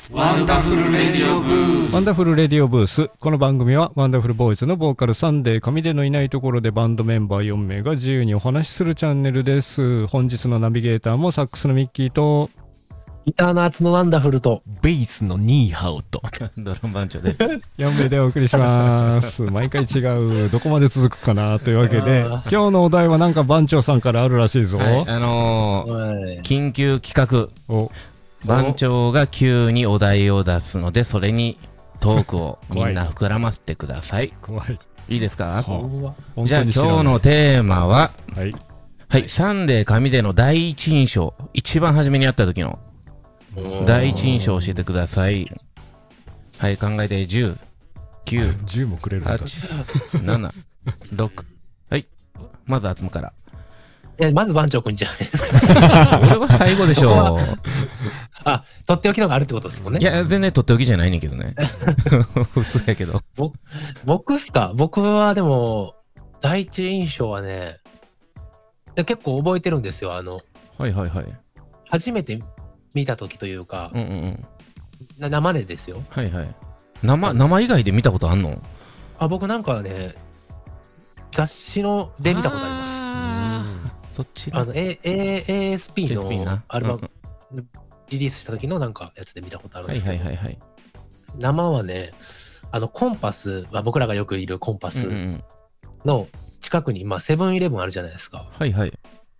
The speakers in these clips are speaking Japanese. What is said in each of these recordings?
ワンダフルレディオブース。ワンダフルレディオブース。この番組はワンダフルボーイズのボーカルサンデー上出のいないところでバンドメンバー4名が自由にお話しするチャンネルです。本日のナビゲーターもサックスのミッキーとギターのアツムワンダフルとベースのニーハオとドラム番長です。 4名でお送りします。毎回違うどこまで続くかなというわけで、今日のお題はなんか番長さんからあるらしいぞ。 はい、緊急企画。番長が急にお題を出すので、それにトークをみんな膨らませてください。 怖い。 いいですか？ じゃあ今日のテーマは、 はい、 サンデー上出の第一印象、一番初めに会った時の第一印象を教えてください。はい、考えて10、9、 10もくれるんだ。 8、7、6。はい、まず集むから。 まず番長くんじゃないですか。 俺は最後でしょう。 あ、とっておきのがあるってことですもんね。 いや、全然とっておきじゃないねんけどね。普通やけど。 僕っすか？僕はでも、第一印象はね、結構覚えてるんですよ。 はいはいはい。 初めて見た時というか、生でですよ。 はいはい。生以外で見たことあんの？ 僕なんかね、雑誌で見たことあります。 そっち ASP のアルバムリリースした時のなんかやつで見たことあるんですけど、生はね、コンパス、僕らがよくいるコンパスの近くにセブンイレブンあるじゃないですか。 はいはい。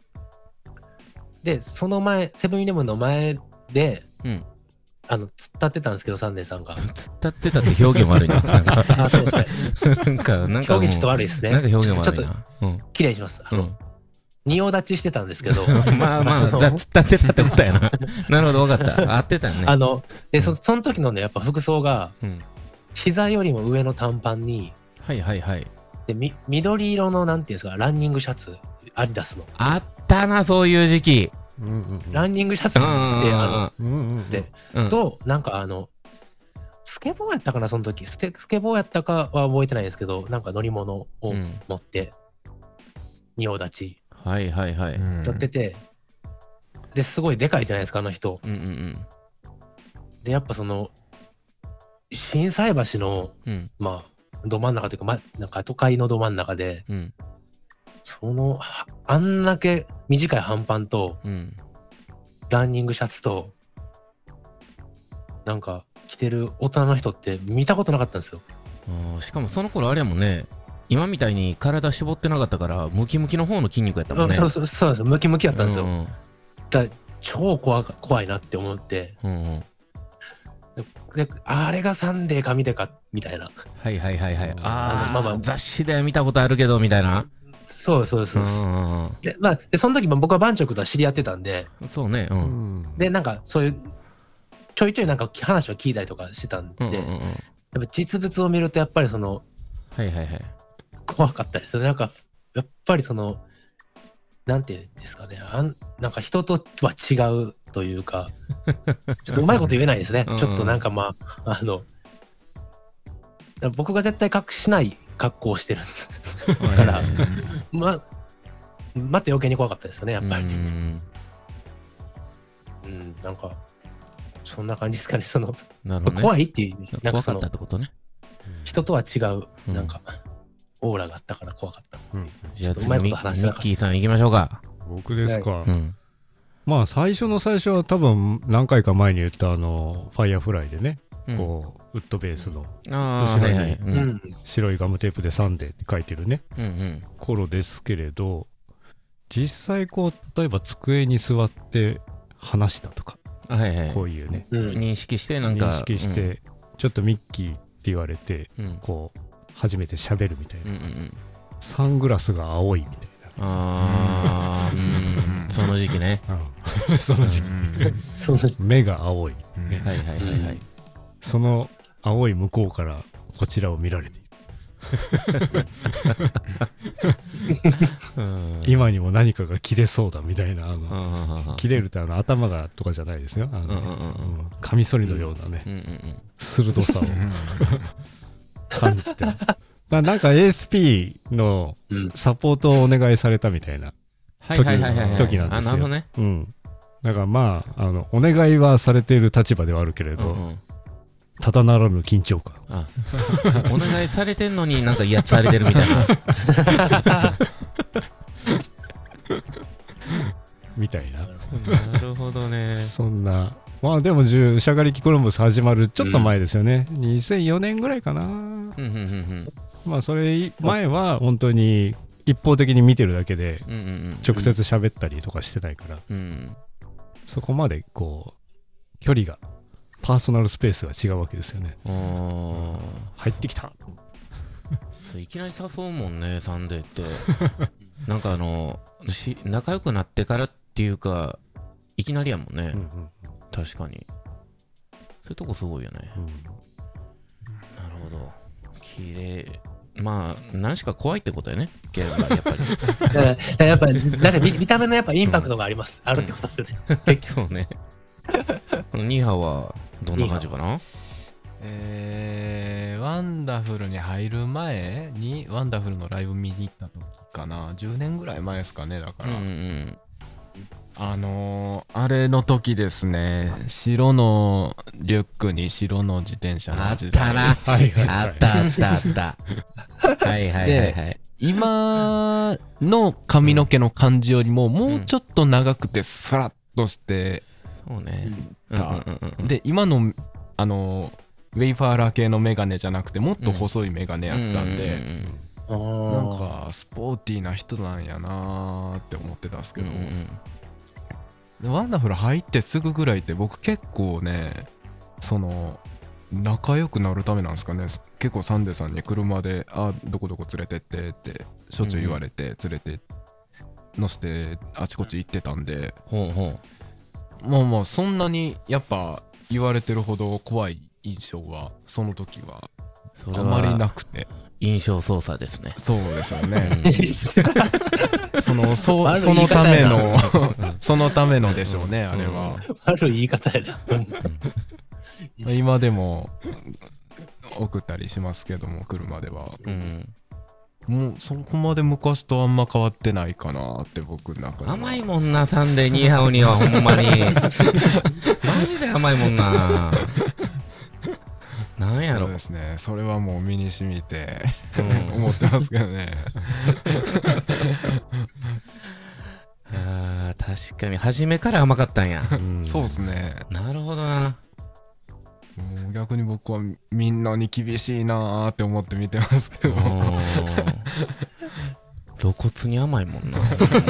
でその前、セブンイレブンの前で、突っ立ってたんですけど、サンデーさんが。 突っ立ってたって表現悪いな。 そうですね。 なんか表現ちょっと悪いですね。 なんか表現悪いな。 ちょっと綺麗にします。仁王立ちしてたんですけど。 まあ突っ立ってたってことやな。なるほど、分かった。合ってたね。 で、その時のね、やっぱ服装が、膝よりも上の短パンに、 はいはいはい。 で、緑色の、なんていうんですか、ランニングシャツ、アディダスの。 あったな、そういう時期。 ランニングシャツで、と、なんかスケボーやったかな、その時。スケボーやったかは覚えてないですけど、なんか乗り物を持って、仁王立ち。 はいはいはい。 立ってて、で、すごいでかいじゃないですか、あの人。で、やっぱ心斎橋の、ど真ん中というか、なんか都会のど真ん中で、あんだけ短い半パンと、ランニングシャツと、なんか着てる大人の人って見たことなかったんですよ。 しかもその頃あれやもんね、今みたいに体絞ってなかったからムキムキの方の筋肉やったもんね。 そうなんですよ、ムキムキやったんですよ。だから超怖いなって思って、であれがサンデー上出かみたいな。 はいはいはいはい。雑誌で見たことあるけどみたいな。 そうで、その時僕は番長とは知り合ってたんで、 そうね。 でなんかそういうちょいちょいなんか話を聞いたりとかしてたんで、やっぱ実物を見るとやっぱりはいはいはい。 怖かったですよね。なんかやっぱりなんていうんですかね、なんか人とは違うというか、ちょっとうまいこと言えないですね。ちょっとなんか僕が絶対隠しない格好をしてるからまた余計に怖かったですよね、やっぱり。なんかそんな感じですかね。怖いっていう、なんか怖かったってことね。 人とは違うなんかオーラがあったから怖かった。 じゃあ次ミッキーさん行きましょうか。 僕ですか。最初の最初は多分何回か前に言ったファイヤーフライでね、こうウッドベースの後ろに白いガムテープでサンデーって書いてるね、頃ですけれど、実際例えば机に座って話したとか、こういうね、 認識してちょっとミッキーって言われて、こう初めて喋るみたいな、サングラスが青いみたいな。 その時期ね。 その時期。目が青い。その青い向こうからこちらを見られている。今にも何かが切れそうだみたいな、切れるって頭がとかじゃないですよ。カミソリのようなね、鋭さを感じて。なんか ASP のサポートをお願いされたみたいな時なんですよ。 だからまあ、お願いはされている立場ではあるけれど、ただならぬ緊張感。 お願いされてんのになんか威圧されてるみたいな。 みたいな。 なるほどね。 そんな。まあでも、シャガリキコロンブス始まるちょっと前ですよね。2004年ぐらいかな。まあそれ前は本当に一方的に見てるだけで、直接喋ったりとかしてないから、そこまでこう、距離が、パーソナルスペースが違うわけですよね。入ってきた。 いきなり誘うもんね、サンデーって。なんか仲良くなってからっていうか、いきなりやもんね。確かに。そういうとこすごいよね。なるほど。綺麗。まあ、何しか怖いってことやね。ゲームがやっぱり。やっぱり、なんか見た目のやっぱインパクトがあります。あるってことですよね。 そうね。ニーハはどんな感じかな？ ワンダフルに入る前にワンダフルのライブ見に行った時かな。10年ぐらい前ですかね。だから、あれの時ですね。白のリュックに白の自転車の時代。 あったな。あった。はいはいはいはい。 今の髪の毛の感じよりももうちょっと長くてスラッとしてそうね。 で今のウェイファーラー系のメガネじゃなくてもっと細いメガネやったんで、なんかスポーティーな人なんやなーって思ってたんですけど、ワンダフル入ってすぐぐらいって僕結構ね、仲良くなるためなんですかね、結構サンデーさんに車でどこどこ連れてってってしょっちゅう言われて連れて乗せてあちこち行ってたんで、まあそんなにやっぱ言われてるほど怖い印象はその時はあまりなくて、 印象操作ですね。 そうでしょうね。そのためのそのためのでしょうね、あれは。 悪い言い方やな。 今でも送ったりしますけども、車では。もうそこまで昔とあんま変わってないかなって僕の中では。 甘いもんな、サンデーニーハオにはほんまにマジで甘いもんな。なんやろ。 そうですね、それはもう身に染みて思ってますけどね。 確かに初めから甘かったんや。 そうですね。 なるほどな。 逆に僕はみんなに厳しいなーって思って見てますけど。 露骨に甘いもんな。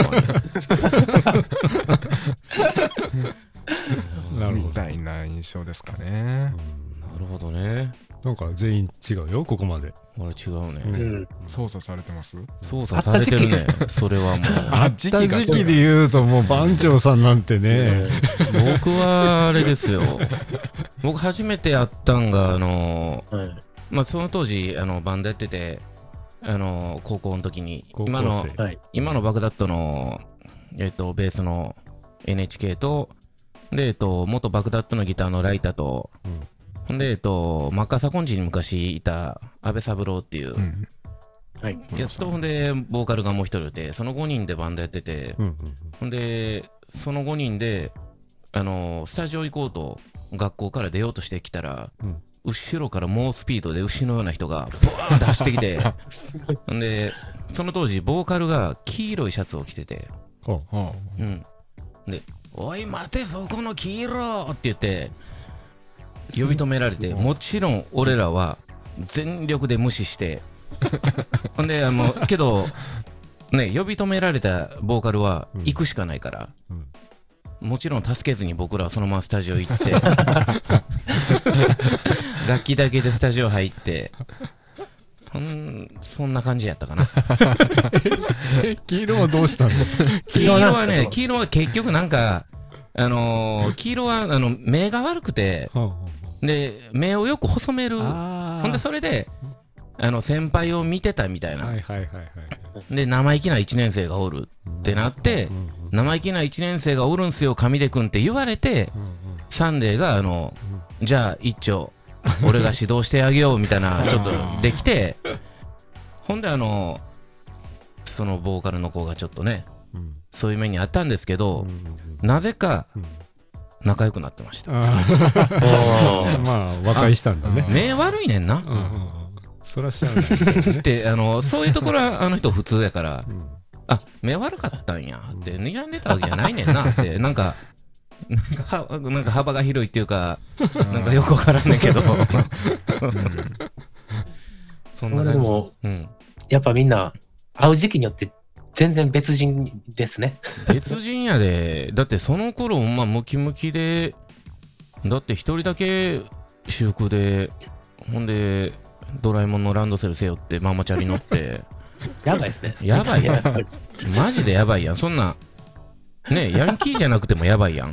みたいな印象ですかね。 なるほどね。 なんか全員違うよ、ここまで。 俺違うね。 操作されてます？ 操作されてるね。それはもう。 あった時期で言うともう番長さんなんてね。 僕はあれですよ。僕初めてやったんがまあその当時バンドやってて高校の時に今のバグダットのベースの NHK とで元バグダットのギターのライタとほんでマッカーサコンジに昔いた安倍三郎っていうやつとほんでボーカルがもう一人いて、その5人でバンドやってて、ほんでその5人でスタジオ行こうと学校から出ようとしてきたら、後ろから猛スピードで牛のような人がブワーンって走ってきてんでその当時ボーカルが黄色いシャツを着てて、で「おい待てそこの黄色!」って言って呼び止められて、もちろん俺らは全力で無視してほんでけどね、呼び止められたボーカルは行くしかないから、もちろん助けずに僕らはそのままスタジオ行って楽器だけでスタジオ入ってそんな感じやったかな。 黄色はどうしたの？ 黄色は結局なんか黄色は目が悪くてで目をよく細める、ほんでそれで先輩を見てたみたいな、で生意気な1年生がおるってなって、生意気な1年生がおるんすよ上出くんって言われて、サンデーがじゃあ一丁俺が指導してあげようみたいなちょっとできてほんでそのボーカルの子がちょっとねそういう目にあったんですけど、なぜか仲良くなってました。 まあ和解したんだね。 目悪いねんな。 そら知らないで、そういうところはあの人普通やから、あ、目悪かったんやって睨んでたわけじゃないねんなってなんか幅が広いっていうかなんかよくわからんねんけどそんなでも、やっぱみんな会う時期によって全然別人ですね。 別人やで。だってその頃まあムキムキで、だって一人だけ私服で、ほんでドラえもんのランドセル背負ってママチャリ乗ってやばいですね。 やばいやんマジでやばいやん。そんなね、ヤンキーじゃなくてもやばいやん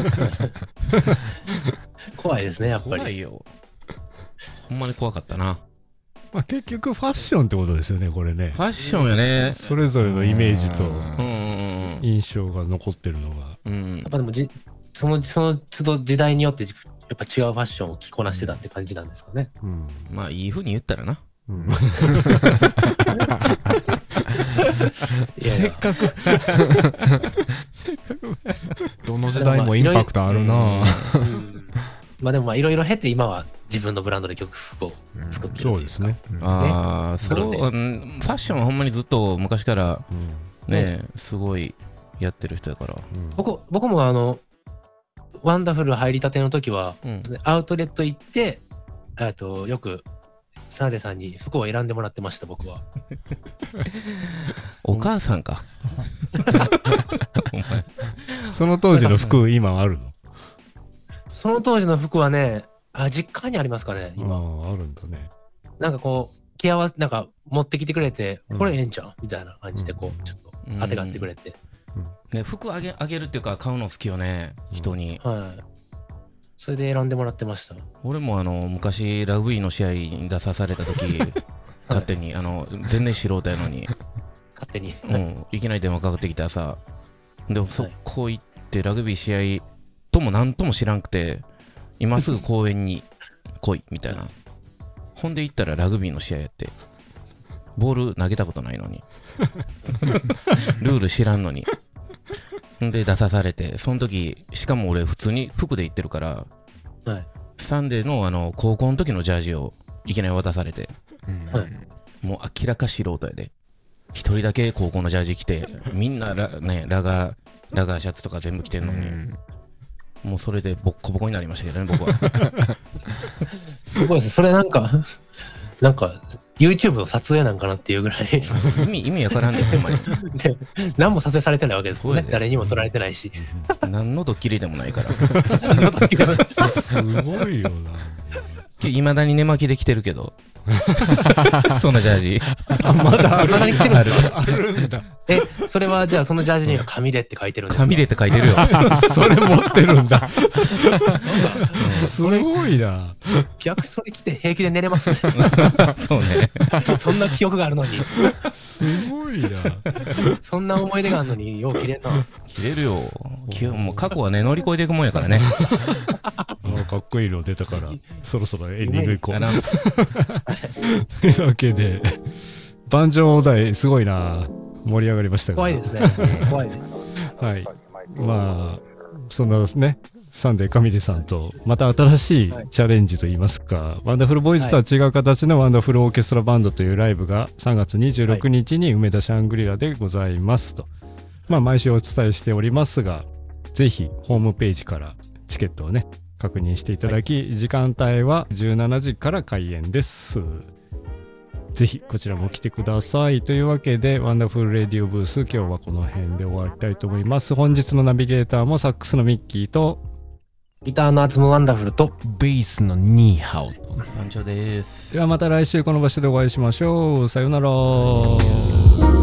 怖いですね、やっぱり。 怖いよ。ほんまに怖かったな。 まあ結局ファッションってことですよね、これね。 ファッションやね。 それぞれのイメージと印象が残ってるのが。 やっぱでもその都度時代によってやっぱ違うファッションを着こなしてたって感じなんですかね。 まあいい風に言ったらな。 せっかくどの時代もインパクトあるな。 まあでもまあいろいろ経て今は自分のブランドで服を作ってるというか。そうですね。 ああ、そう。ファッションはほんまにずっと昔からね、すごいやってる人やから。 僕もワンダフル入りたての時はアウトレット行ってよくサナデさんに服を選んでもらってました、僕は。 お母さんか。 その当時の服今あるの？ その当時の服はね、実家にありますかね、今。 あるんだね。 なんかこう着合わせなんか持ってきてくれて、これええんちゃうみたいな感じでこうちょっと当てがってくれて。 ね、服あげるっていうか買うの好きよね、人に。 はい。それで選んでもらってました。 俺も昔ラグビーの試合に出された時勝手に全然素人やのに勝手にいきなり電話かかってきたさ、でそこ行ってラグビー試合とも何とも知らんくて、今すぐ公園に来いみたいなほんで行ったらラグビーの試合やって、ボール投げたことないのにルール知らんのに、で出されて、その時しかも俺普通に服で行ってるから、サンデーの高校の時のジャージをいきなり渡されて、もう明らか素人やで、一人だけ高校のジャージ着て、みんなラガーシャツとか全部着てんのに、もうそれでボッコボコになりましたけどね、僕は。 すごいです。それなんか YouTube の撮影なんかなっていうぐらい意味わからんねん、ほんまに。 で、何も撮影されてないわけですもんね。誰にも撮られてないし。 何のドッキリでもないから。 すごいよな。 いまだに寝巻きで着てるけど。そのジャージ。 まだあるんですか？ あるんだ。 それはじゃあそのジャージには紙でって書いてるんですか？ 紙でって書いてるよ。 それ持ってるんだ。すごいな。 逆にそれ着て平気で寝れますね。 そうね。 そんな記憶があるのに。 すごいな。 そんな思い出があるのによう着れんな。 着れるよ。もう過去はね乗り越えていくもんやからね。 かっこいいの出たからそろそろエンディングいこう。というわけで万丈お題すごいな、盛り上がりましたが。 怖いですね。怖いね。 はい。まあそんなですね、サンデー神出さんとまた新しいチャレンジといいますか、ワンダフルボーイズとは違う形のワンダフルオーケストラバンドというライブが3月26日に梅田シャングリラでございますと、まあ毎週お伝えしておりますが、ぜひホームページからチケットをね確認していただき、時間帯は17時から開演です。ぜひこちらも来てください。というわけでワンダフルレディオブース、今日はこの辺で終わりたいと思います。本日のナビゲーターもサックスのミッキーとギターのアツムワンダフルとベースのニーハオと団長です。 ではまた来週この場所でお会いしましょう。さようなら。